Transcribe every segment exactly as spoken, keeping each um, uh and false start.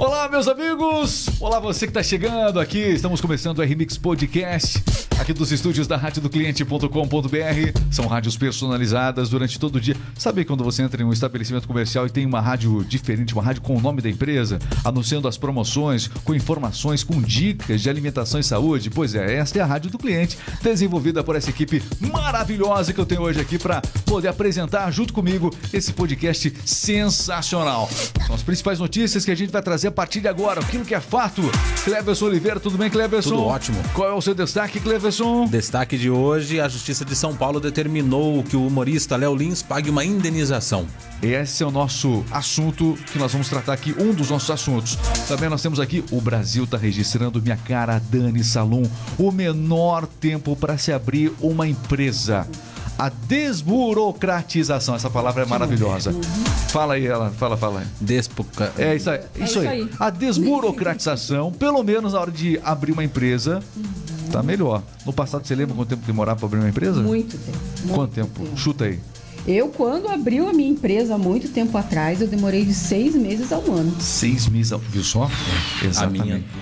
Olá, meus amigos! Olá, você que está chegando aqui. Estamos começando o R-Mix Podcast, aqui dos estúdios da rádio do cliente ponto com ponto br. São rádios personalizadas durante todo o dia. Sabe quando você entra em um estabelecimento comercial e tem uma rádio diferente, uma rádio com o nome da empresa, anunciando as promoções, com informações, com dicas de alimentação e saúde? Pois é, esta é a rádio do cliente, desenvolvida por essa equipe maravilhosa que eu tenho hoje aqui para poder apresentar junto comigo esse podcast sensacional. São as principais notícias que a gente vai trazer a partir de agora, aquilo que é fato. Cleverson Oliveira, tudo bem, Cleverson? Tudo ótimo. Qual é o seu destaque, Cleverson? Destaque de hoje: a Justiça de São Paulo determinou que o humorista Léo Lins pague uma indenização. Esse é o nosso assunto que nós vamos tratar aqui, um dos nossos assuntos. Também nós temos aqui, o Brasil está registrando, minha cara Dani Salum, o menor tempo para se abrir uma empresa. A desburocratização, essa palavra é maravilhosa. Fala aí, ela, fala, fala aí. Despoca... É isso aí, é isso aí. aí. A desburocratização, pelo menos na hora de abrir uma empresa, tá melhor. No passado, você lembra quanto tempo demorava para abrir uma empresa? Muito tempo. Muito Quanto tempo? tempo? Chuta aí. Eu, quando abriu a minha empresa, há muito tempo atrás, eu demorei de seis meses a um ano. Seis meses, viu só? Exatamente. A minha.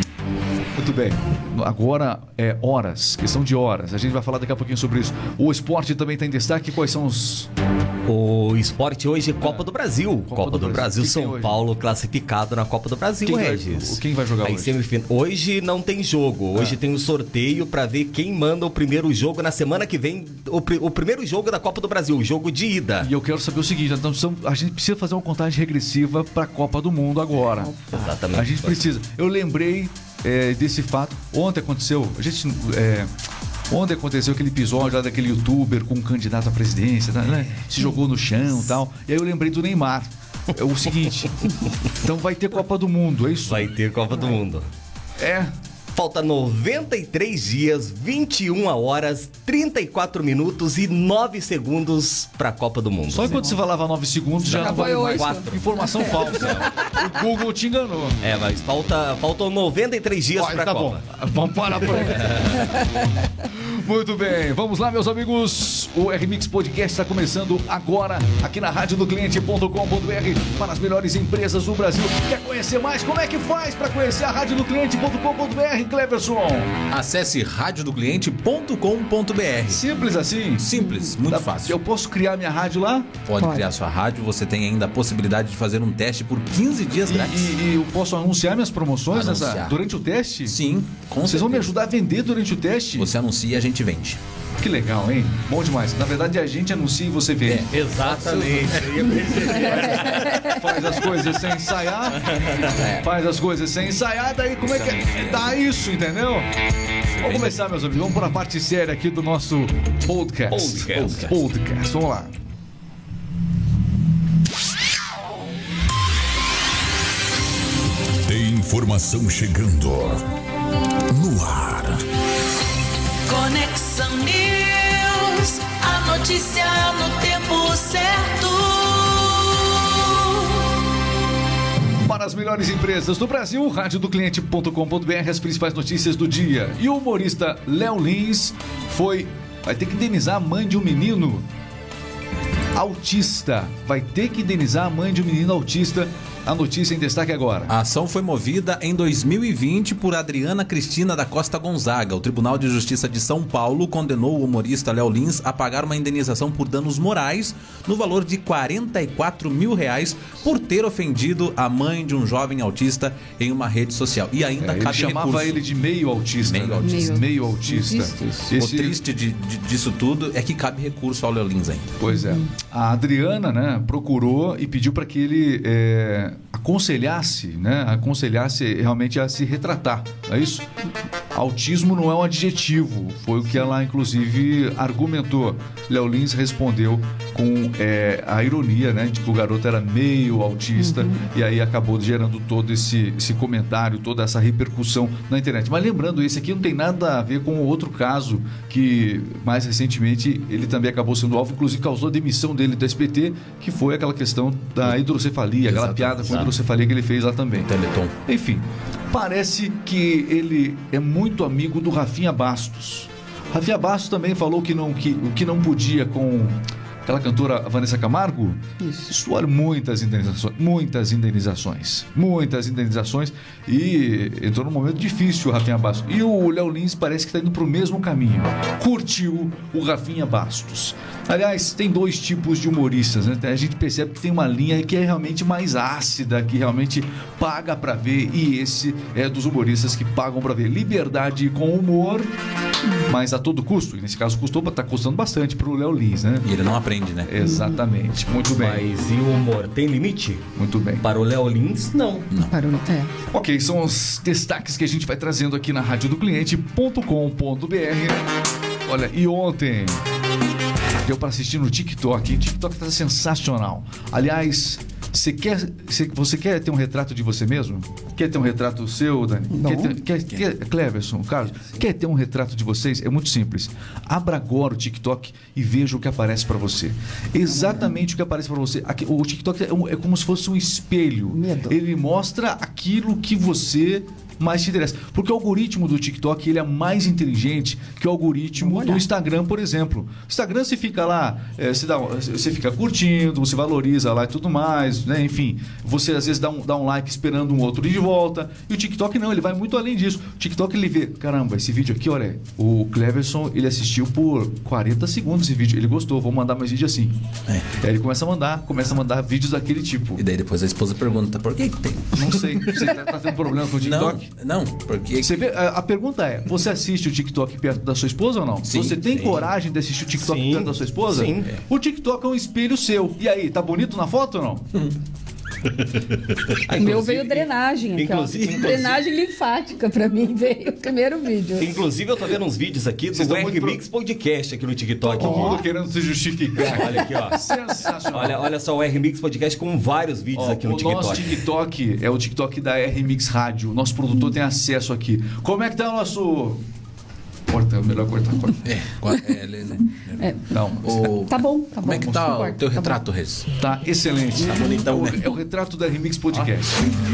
Muito bem, agora é horas, questão de horas. A gente vai falar daqui a pouquinho sobre isso. O esporte também tem destaque. Quais são os... O esporte hoje é Copa do Brasil. Copa Copa, do do, Brasil. Brasil, Quem tem São hoje? Paulo classificado na Copa do Brasil, Quem vai- Regis. quem vai jogar Aí, hoje? semifina- Hoje não tem jogo. Hoje tem um sorteio pra ver quem manda o primeiro jogo na semana que vem. O, pri- o primeiro jogo da Copa do Brasil, o jogo de ida. E eu quero saber o seguinte, então, são- a gente precisa fazer uma contagem regressiva para a Copa do Mundo agora. Exatamente. A gente precisa. Eu lembrei é, desse fato. Ontem aconteceu, a gente... É, ontem aconteceu aquele episódio lá daquele youtuber com um candidato à presidência, né? Se jogou no chão e tal. E aí eu lembrei do Neymar. É o seguinte, então vai ter Copa do Mundo, é isso? Vai ter Copa do Mundo. É. Falta noventa e três dias, vinte e uma horas, trinta e quatro minutos e nove segundos pra Copa do Mundo. Só enquanto você falava nove segundos já não Acabou vale mais. oito. Quatro. Informação falsa. O Google te enganou. É, mas falta, faltam noventa e três dias Olha, pra tá Copa. bom. Vamos parar por aí. Muito bem, vamos lá, meus amigos. O R-Mix Podcast está começando agora aqui na rádio do cliente ponto com ponto br para as melhores empresas do Brasil. Quer conhecer mais? Como é que faz para conhecer a rádio do cliente ponto com ponto br, Cleverson? Acesse rádio do cliente ponto com ponto br. Simples assim? Simples, muito Dá- fácil. Eu posso criar minha rádio lá? Pode Pode. criar sua rádio, você tem ainda a possibilidade de fazer um teste por quinze dias E, grátis. e- e eu posso anunciar minhas promoções nessa- Anunciar. durante o teste? Sim, com Vocês vão me certeza. ajudar a vender durante o teste? Você anuncia e a gente vende. Que legal, hein? Bom demais. Na verdade, a gente anuncia e você vende. Exatamente. Faz as coisas sem ensaiar. Faz as coisas sem ensaiar, daí como é que é? Dá isso, entendeu? Vamos começar, meus amigos. Vamos para a parte séria aqui do nosso podcast. Podcast. Podcast. Vamos lá. Tem informação chegando no ar. Conexão News, a notícia no tempo certo. Para as melhores empresas do Brasil, rádio do cliente ponto com ponto br, as principais notícias do dia. E o humorista Léo Lins foi... vai ter que indenizar a mãe de um menino autista. Vai ter que indenizar a mãe de um menino autista. A notícia em destaque agora. A ação foi movida em dois mil e vinte por Adriana Cristina da Costa Gonzaga. O Tribunal de Justiça de São Paulo condenou o humorista Léo Lins a pagar uma indenização por danos morais no valor de quarenta e quatro mil reais por ter ofendido a mãe de um jovem autista em uma rede social. E ainda É, ele cabe chamava recurso. ele de meio autista. Meio né? autista. Meio autista. Isso, isso. O Esse- triste de- de- disso tudo é que cabe recurso ao Léo Lins ainda. Pois é. A Adriana, né, procurou e pediu para que ele é, aconselhasse, né, aconselhasse realmente a se retratar. É isso? Autismo não é um adjetivo, foi o que ela inclusive argumentou. Léo Lins respondeu com é, a ironia, né, de que o garoto era meio autista, e aí acabou gerando todo esse, esse comentário, toda essa repercussão na internet. Mas lembrando, esse aqui não tem nada a ver com outro caso que mais recentemente ele também acabou sendo alvo, inclusive causou a demissão dele do S B T, que foi aquela questão da hidrocefalia, aquela Exatamente. piada com hidrocefalia que ele fez lá também. Teleton. Enfim, parece que ele é muito amigo do Rafinha Bastos. Rafinha Bastos também falou que não, que, que não podia com aquela cantora Vanessa Camargo, Isso. isso olha, muitas indenizações, muitas indenizações, muitas indenizações, e entrou num momento difícil o Rafinha Bastos. E o Léo Lins parece que está indo para o mesmo caminho. Curtiu o Rafinha Bastos. Aliás, tem dois tipos de humoristas, né? A gente percebe que tem uma linha que é realmente mais ácida, que realmente paga para ver, e esse é dos humoristas que pagam para ver. Liberdade com humor, mas a todo custo. E nesse caso custou, tá custando bastante pro Léo Lins, né? E ele não aprende, né? Exatamente. Muito bem. Mas e o humor tem limite? Muito bem. Para o Léo Lins, não. Parou, é. Ok, são os destaques que a gente vai trazendo aqui na rádio do cliente ponto com ponto b r. Olha, e ontem deu para assistir no TikTok. O TikTok tá sensacional. Aliás, você quer, cê, você quer ter um retrato de você mesmo? Quer ter um retrato seu, Dani? Bom. Quer ter, quer, quer, Cleverson, Carlos, quer ter um retrato de vocês? É muito simples. Abra agora o TikTok e veja o que aparece para você. Exatamente o que aparece para você. Aqui, o TikTok é, um, é como se fosse um espelho. Medo. Ele mostra aquilo que você mais te interessa. Porque o algoritmo do TikTok ele é mais inteligente que o algoritmo do Instagram, por exemplo. O Instagram você fica lá, é, você, dá, você fica curtindo, você valoriza lá e tudo mais, né? Enfim, você às vezes dá um, dá um like esperando um outro ir de volta. E o TikTok não, ele vai muito além disso. O TikTok ele vê, caramba, esse vídeo aqui, olha, o Cleverson ele assistiu por quarenta segundos esse vídeo, ele gostou, vou mandar mais vídeo assim. É. Aí ele começa a mandar, começa a mandar vídeos daquele tipo. E daí depois a esposa pergunta, por que que tem? Não sei, você tá, tá tendo problema com o TikTok? Não, não, porque... Você vê, a, a pergunta é, você assiste o TikTok perto da sua esposa ou não? Sim, você tem sim. coragem de assistir o TikTok Sim, perto da sua esposa? sim. O TikTok é um espelho seu. E aí, tá bonito na foto ou não? Ah, O meu inclusive- veio drenagem aqui, ó. inclusive- inclusive- Drenagem linfática pra mim veio o primeiro vídeo. Inclusive, eu tô vendo uns vídeos aqui do Vocês estão R muito pro- Mix Podcast aqui no TikTok. Todo mundo querendo se justificar. Olha aqui, ó. Sensacional. Olha, olha só o R Mix Podcast com vários vídeos Ó, aqui no o nosso TikTok. TikTok é o TikTok da R Mix Rádio. Nosso produtor tem acesso aqui. Como é que tá o nosso... Corta, é melhor cortar, corta. É, é, ele- né? É. Não, O- Tá bom, tá bom. Como é que tá não o importa, teu tá bom. retrato, Rez? tá excelente. Tá bonitão, é, né? o, é o retrato da R Mix Podcast.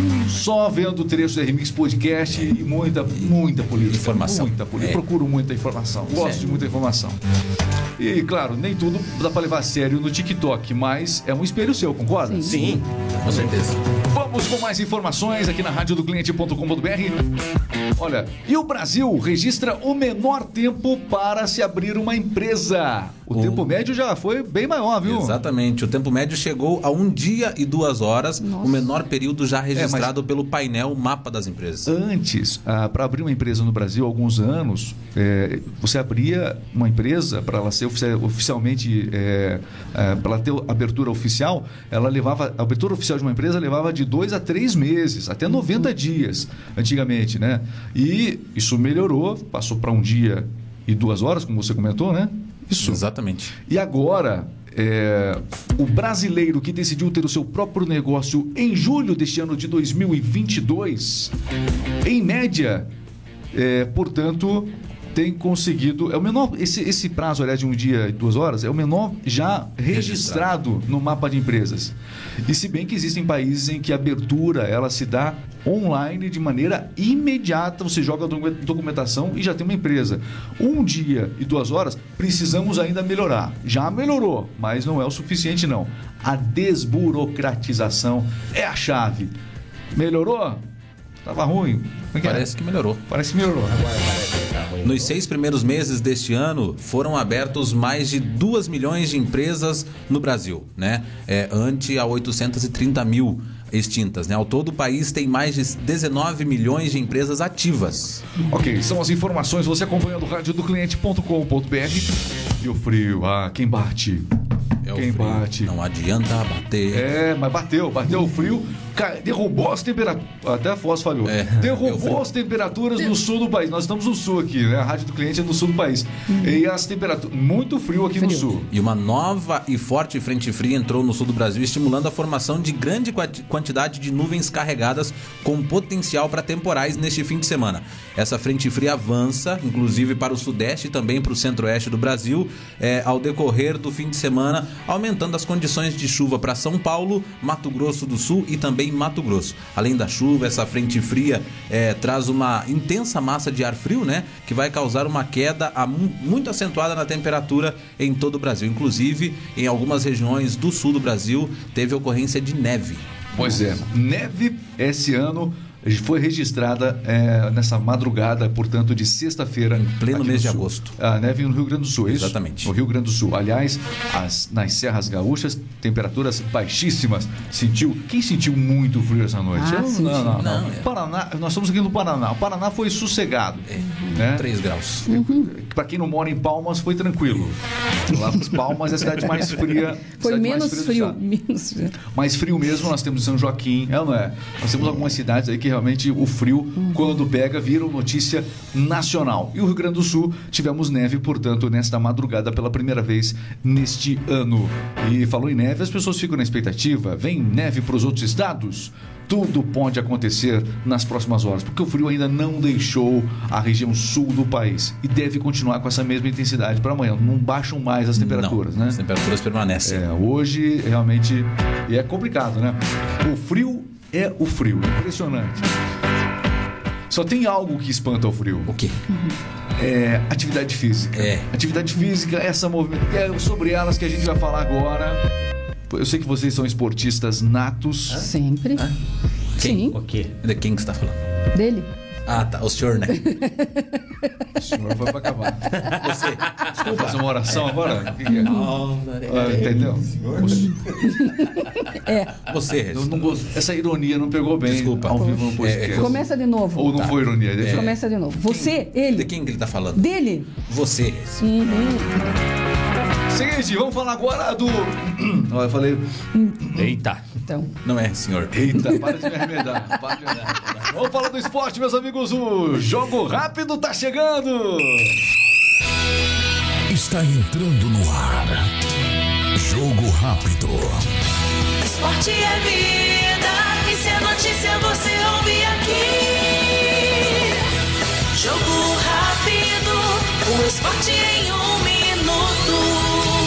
Só vendo o trecho da R Mix Podcast e muita, muita política. Informação. Muita política. É. Procuro muita informação. Gosto de muita informação. E, claro, nem tudo dá pra levar a sério no TikTok, mas é um espelho seu, concorda? Sim. Sim. Com certeza. Vamos com mais informações aqui na rádio do cliente ponto com ponto b r. Olha, e o Brasil registra o menor tempo para se abrir uma empresa. O O- tempo médio já foi bem maior, viu? Exatamente. O tempo médio chegou a um dia e duas horas, Nossa. o menor período já registrado mas- pelo painel Mapa das Empresas. Antes, ah, para abrir uma empresa no Brasil, há alguns anos, é, você abria uma empresa para ela ser ofici- oficialmente, é, é, para ela ter abertura oficial, ela levava, a abertura oficial de uma empresa levava de dois a três meses, até noventa dias, antigamente, né? E isso melhorou, passou para um dia e duas horas, como você comentou, né? Isso. Exatamente. E agora, é, o brasileiro que decidiu ter o seu próprio negócio em julho deste ano de dois mil e vinte e dois, em média, é, portanto, tem conseguido... É o menor, esse, esse prazo, aliás, de um dia e duas horas, é o menor já registrado no mapa de empresas. E se bem que existem países em que a abertura ela se dá online de maneira imediata, você joga a docu- documentação e já tem uma empresa. Um dia e duas horas, precisamos ainda melhorar. Já melhorou, mas não é o suficiente não. A desburocratização é a chave. Melhorou? Tava ruim. Como é que é? Parece que melhorou. Parece que melhorou. Nos seis primeiros meses deste ano, foram abertos mais de duas milhões de empresas no Brasil, né? É, ante a oitocentos e trinta mil extintas, né? Ao todo, o país tem mais de dezenove milhões de empresas ativas. Ok, são as informações. Você acompanhando o rádio do cliente ponto com ponto b r. E o frio, ah, quem bate? É o Quem frio. bate? Não adianta bater. É, mas bateu, bateu o frio, ca- derrubou as temperaturas. Até a Foz falhou. É, deu derrubou frio. as temperaturas no sul do país. Nós estamos no sul aqui, né? A rádio do cliente é no sul do país. E as temperaturas. Muito frio aqui no Frio. sul. E uma nova e forte frente fria entrou no sul do Brasil, estimulando a formação de grande quati- quantidade de nuvens carregadas com potencial para temporais neste fim de semana. Essa frente fria avança, inclusive para o sudeste e também para o centro-oeste do Brasil, é, ao decorrer do fim de semana, aumentando as condições de chuva para São Paulo, Mato Grosso do Sul e também em Mato Grosso. Além da chuva, essa frente fria é, traz uma intensa massa de ar frio, né? Que vai causar uma queda a, muito acentuada na temperatura em todo o Brasil. Inclusive, em algumas regiões do sul do Brasil, teve ocorrência de neve. Pois é, neve esse ano foi registrada é, nessa madrugada, portanto, de sexta-feira. Em pleno mês de sul. agosto. A neve no Rio Grande do Sul, é isso? Exatamente. No Rio Grande do Sul. Aliás, as, nas Serras Gaúchas, temperaturas baixíssimas. Sentiu? Quem sentiu muito frio essa noite? Ah, Eu, senti. não, não, não. Não, é. Paraná, nós estamos aqui no Paraná. O Paraná foi sossegado. É, né? três graus. Para quem não mora em Palmas, foi tranquilo. Lá nas Palmas é a cidade mais fria. Foi cidade mais menos fria do frio. estado. Menos frio. Mais frio mesmo nós temos em São Joaquim, é ou não é? Nós temos algumas cidades aí que realmente o frio, quando pega, vira notícia nacional. E o Rio Grande do Sul, tivemos neve, portanto, nesta madrugada pela primeira vez neste ano. E falou em neve, as pessoas ficam na expectativa, vem neve para os outros estados? Tudo pode acontecer nas próximas horas, porque o frio ainda não deixou a região sul do país e deve continuar com essa mesma intensidade para amanhã. Não baixam mais as temperaturas, Não, né? as temperaturas permanecem. É, hoje realmente e é complicado, né? O frio é o frio, impressionante. Só tem algo que espanta o frio. O quê? É atividade física. É. Atividade física, essa movimento, é sobre elas que a gente vai falar agora. Eu sei que vocês são esportistas natos. Sempre. Quem? Sim, O quê? De quem que você tá falando? dele. Ah, tá. O senhor, né? O senhor vai pra acabar. Você. Desculpa, fazer uma oração agora? O que que é? Ah, entendeu? Você, Eu Regis. não gosto- Essa ironia não pegou bem Desculpa. ao vivo no podcast. É, Começa de novo. Ou não foi ironia? Deixa eu- Começa de novo. Você, De ele. quem que ele tá falando? Dele. Você, Regis. Seguinte, vamos falar agora do... Ó, eu falei... Eita. Então, Não é, senhor. Eita, para de me arremedar. Para de me arremedar. Vamos falar do esporte, meus amigos. O Jogo Rápido tá chegando. Está entrando no ar. Jogo rápido. Esporte é vida, e se é notícia você ouve aqui. Jogo rápido, o esporte em um minuto.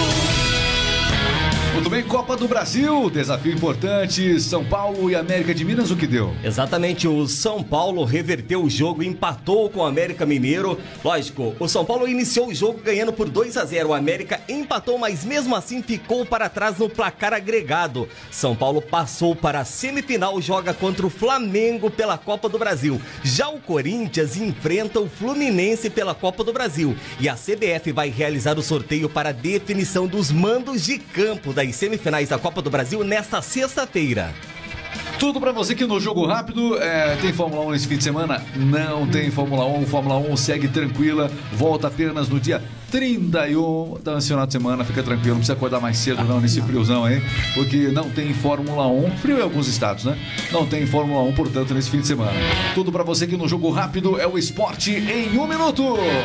Muito bem, Copa do Brasil. Desafio importante. São Paulo e América de Minas, o que deu? Exatamente, o São Paulo reverteu o jogo e empatou com o América Mineiro. Lógico, o São Paulo iniciou o jogo ganhando por dois a zero. O América empatou, mas mesmo assim ficou para trás no placar agregado. São Paulo passou para a semifinal, joga contra o Flamengo pela Copa do Brasil. Já o Corinthians enfrenta o Fluminense pela Copa do Brasil. E a C B F vai realizar o sorteio para a definição dos mandos de campo das semifinais da Copa do Brasil nesta sexta-feira. Tudo pra você que no Jogo Rápido é, tem Fórmula um nesse fim de semana? Não tem Fórmula um. Fórmula um segue tranquila. Volta apenas no dia trinta e um da final de semana. Fica tranquilo, não precisa acordar mais cedo não nesse friozão aí, porque não tem Fórmula um. Frio em alguns estados, né? Não tem Fórmula um, portanto, nesse fim de semana. Tudo pra você que no Jogo Rápido é o esporte em um minuto.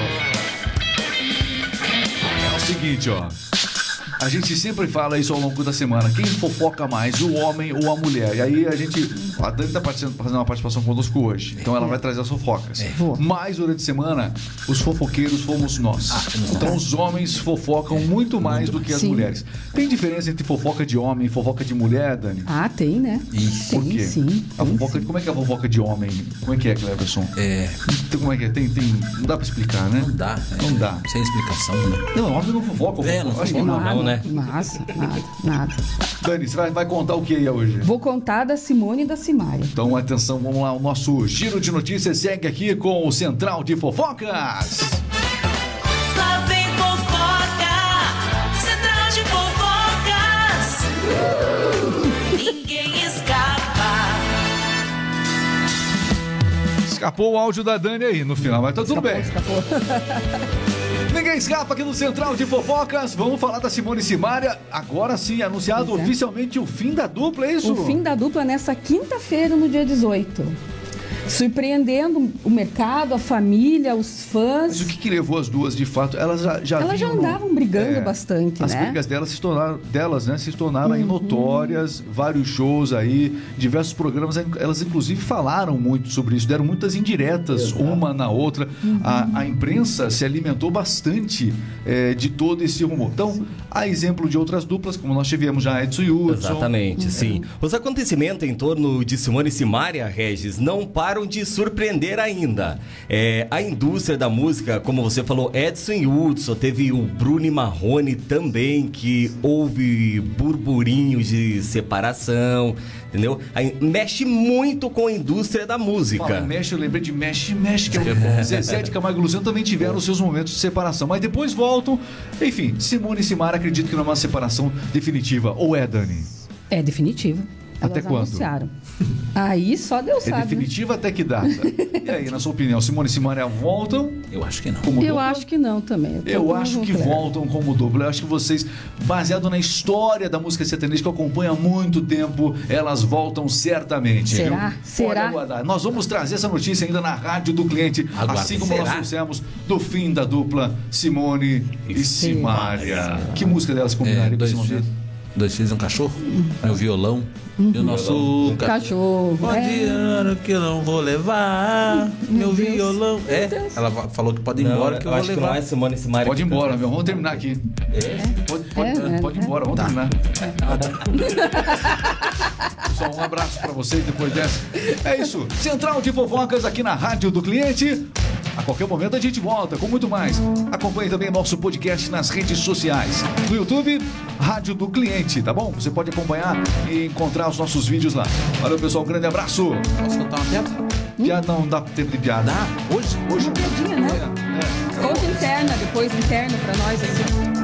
É o seguinte, ó. A gente sempre fala isso ao longo da semana. Quem fofoca mais, o homem ou a mulher? E aí a gente... A Dani tá fazendo uma participação conosco hoje. Então ela vai trazer as fofocas. Mas durante a semana, os fofoqueiros fomos nós. Então os homens fofocam muito mais do que as Sim. mulheres. Tem diferença entre fofoca de homem e fofoca de mulher, Dani? ah, tem, né? Ixi. Tem, Por quê? sim. A tem, fofoca, sim. como é que é a fofoca de homem? Como é que é, Cleverson? É. Então, como é que é? Tem, tem... Não dá pra explicar, né? Não dá. é, Não dá. Sem explicação, né? Não, homem não fofoca. É, não Acho que fofoca. não. Nada, não, né? Nada, nada, nada. Dani, você vai, vai contar o que aí hoje? Vou contar da Simone e da Simária. Então, atenção, vamos lá. O nosso giro de notícias segue aqui com o Central de Fofocas. Lá vem fofoca, central de fofocas. Ninguém escapa. Escapou o áudio da Dani aí no final, mas tá tudo bem. Escapou. Ninguém escapa aqui no Central de Fofocas. Vamos falar da Simone e Simária. Agora sim, anunciado Pois é. oficialmente o fim da dupla, é isso? O fim da dupla nessa quinta-feira, no dia dezoito. surpreendendo o mercado, a família, os fãs. Mas o que, que levou as duas, de fato? Elas já, já Elas já vinham no- andavam brigando É, bastante, As né? brigas delas se tornaram, delas, né, se tornaram aí notórias, vários shows aí, diversos programas, elas inclusive falaram muito sobre isso, deram muitas indiretas uma na outra. A, a imprensa se alimentou bastante é, de todo esse rumor. Então, há exemplo de outras duplas, como nós tivemos já Edson e Hudson. Exatamente, sim. Os acontecimentos em torno de Simone e Simaria, Regis, não param de surpreender ainda. É, a indústria da música, como você falou, Edson e Hudson, teve o Bruno e Marrone também, que houve burburinhos de separação, entendeu? Aí, mexe muito com a indústria da música. Fala, mexe, eu lembrei de Mexe, Mexe, que é o Zezé de Camargo e Luciano também tiveram os seus momentos de separação, mas depois voltam. Enfim, Simone e Simaria, acredito que não é uma separação definitiva. Ou é, Dani? É definitivo. Até Elas quando? anunciaram. Aí só Deus É sabe. né? definitiva até que data? E aí, na sua opinião, Simone e Simaria voltam Eu acho que não. como Eu dupla? acho que não também. tô Eu com acho que Cleber. voltam como dupla. Eu acho que vocês, baseado na história da música sertaneja que eu acompanho há muito tempo, elas voltam certamente. Será? Viu? Será? Pode aguardar. Nós vamos trazer essa notícia ainda na rádio do cliente, Aguarde. assim como Será? nós trouxemos do fim da dupla Simone e Simaria. Que música delas É, combinaria com dois, esse momento? filhos, dois filhos e um cachorro, meu violão e o nosso Cachorro. Pode É. ano que eu não vou levar meu, Meu Deus. violão. É, Meu Deus. ela falou que pode ir embora que eu eu vou acho que não levar. é Simone e Simaria. Pode ir que embora, canta. meu. Vamos terminar aqui. Pode, pode, É, pode ir é, embora, vamos terminar. Pessoal, um abraço pra vocês depois dessa. É isso. Central de Fofocas aqui na Rádio do Cliente. A qualquer momento a gente volta com muito mais. Acompanhe também nosso podcast nas redes sociais. No YouTube, Rádio do Cliente, tá bom? Você pode acompanhar e encontrar os nossos vídeos lá. Valeu, pessoal. Um grande abraço. Posso contar uma piada? Piada não dá tempo de piada. Dá? Hoje? Hoje Uma piadinha, né? É, é. Ou de interna, depois interna pra nós, assim.